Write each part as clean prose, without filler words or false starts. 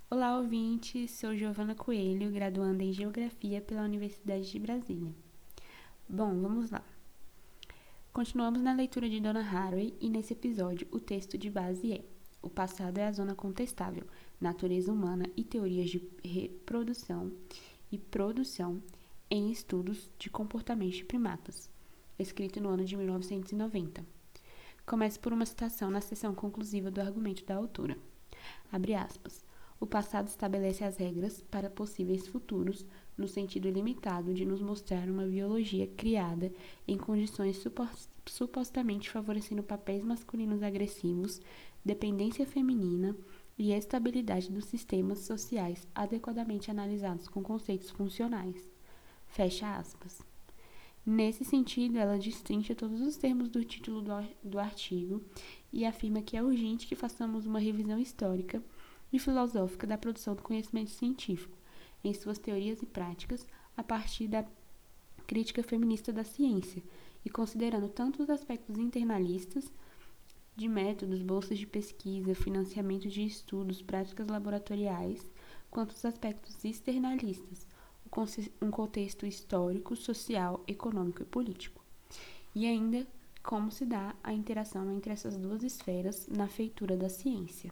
Olá, ouvintes! Sou Giovana Coelho, graduanda em Geografia pela Universidade de Brasília. Bom, vamos lá. Continuamos na leitura de Donna Haraway e nesse episódio o texto de base é O passado é a zona contestável, natureza humana e teorias de reprodução e produção em estudos de comportamento de primatas, escrito no ano de 1990. Começo por uma citação na seção conclusiva do argumento da autora. Abre aspas. O passado estabelece as regras para possíveis futuros, no sentido limitado de nos mostrar uma biologia criada em condições supostamente favorecendo papéis masculinos agressivos, dependência feminina e estabilidade dos sistemas sociais adequadamente analisados com conceitos funcionais. Fecha aspas. Nesse sentido, ela destrincha todos os termos do título do artigo e afirma que é urgente que façamos uma revisão histórica e filosófica da produção do conhecimento científico, em suas teorias e práticas, a partir da crítica feminista da ciência, e considerando tanto os aspectos internalistas, de métodos, bolsas de pesquisa, financiamento de estudos, práticas laboratoriais, quanto os aspectos externalistas, um contexto histórico, social, econômico e político. E ainda como se dá a interação entre essas duas esferas na feitura da ciência.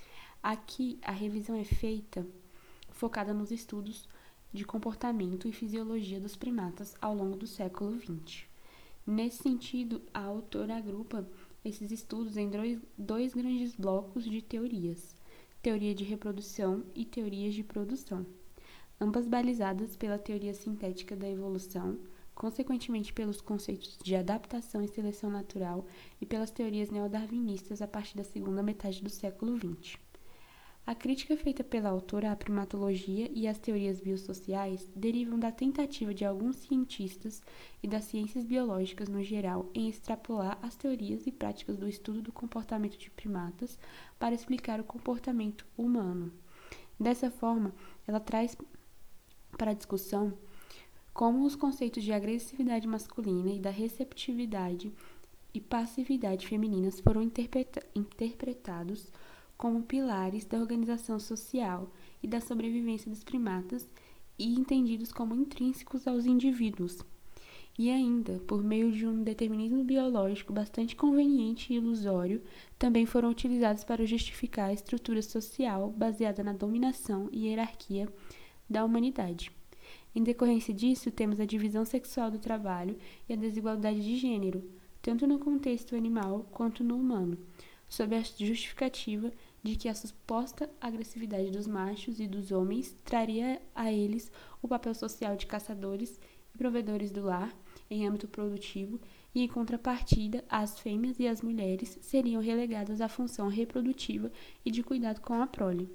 Aqui, a revisão é feita focada nos estudos de comportamento e fisiologia dos primatas ao longo do século XX. Nesse sentido, a autora agrupa esses estudos em dois grandes blocos de teorias, teoria de reprodução e teorias de produção, ambas balizadas pela teoria sintética da evolução, consequentemente pelos conceitos de adaptação e seleção natural e pelas teorias neodarwinistas a partir da segunda metade do século XX. A crítica feita pela autora à primatologia e às teorias biossociais derivam da tentativa de alguns cientistas e das ciências biológicas no geral em extrapolar as teorias e práticas do estudo do comportamento de primatas para explicar o comportamento humano. Dessa forma, ela traz para a discussão como os conceitos de agressividade masculina e da receptividade e passividade femininas foram interpretados como pilares da organização social e da sobrevivência dos primatas e entendidos como intrínsecos aos indivíduos. E ainda, por meio de um determinismo biológico bastante conveniente e ilusório, também foram utilizados para justificar a estrutura social baseada na dominação e hierarquia da humanidade. Em decorrência disso, temos a divisão sexual do trabalho e a desigualdade de gênero, tanto no contexto animal quanto no humano, sob a justificativa de que a suposta agressividade dos machos e dos homens traria a eles o papel social de caçadores e provedores do lar em âmbito produtivo e, em contrapartida, as fêmeas e as mulheres seriam relegadas à função reprodutiva e de cuidado com a prole.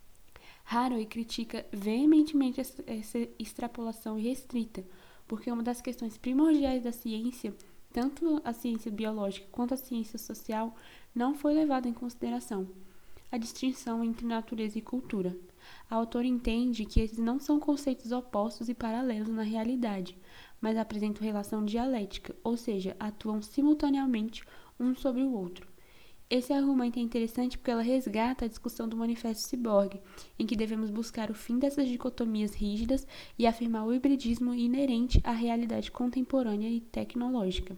Haraway critica veementemente essa extrapolação irrestrita, porque uma das questões primordiais da ciência, tanto a ciência biológica quanto a ciência social, não foi levada em consideração: a distinção entre natureza e cultura. A autora entende que esses não são conceitos opostos e paralelos na realidade, mas apresentam relação dialética, ou seja, atuam simultaneamente um sobre o outro. Esse argumento é interessante porque ela resgata a discussão do Manifesto Ciborgue, em que devemos buscar o fim dessas dicotomias rígidas e afirmar o hibridismo inerente à realidade contemporânea e tecnológica.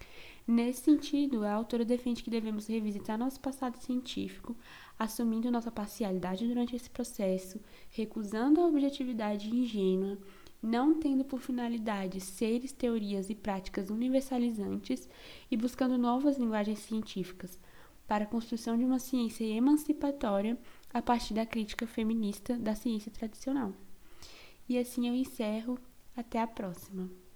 Nesse sentido, a autora defende que devemos revisitar nosso passado científico, assumindo nossa parcialidade durante esse processo, recusando a objetividade ingênua, não tendo por finalidade seres, teorias e práticas universalizantes e buscando novas linguagens científicas, para a construção de uma ciência emancipatória a partir da crítica feminista da ciência tradicional. E assim eu encerro. Até a próxima.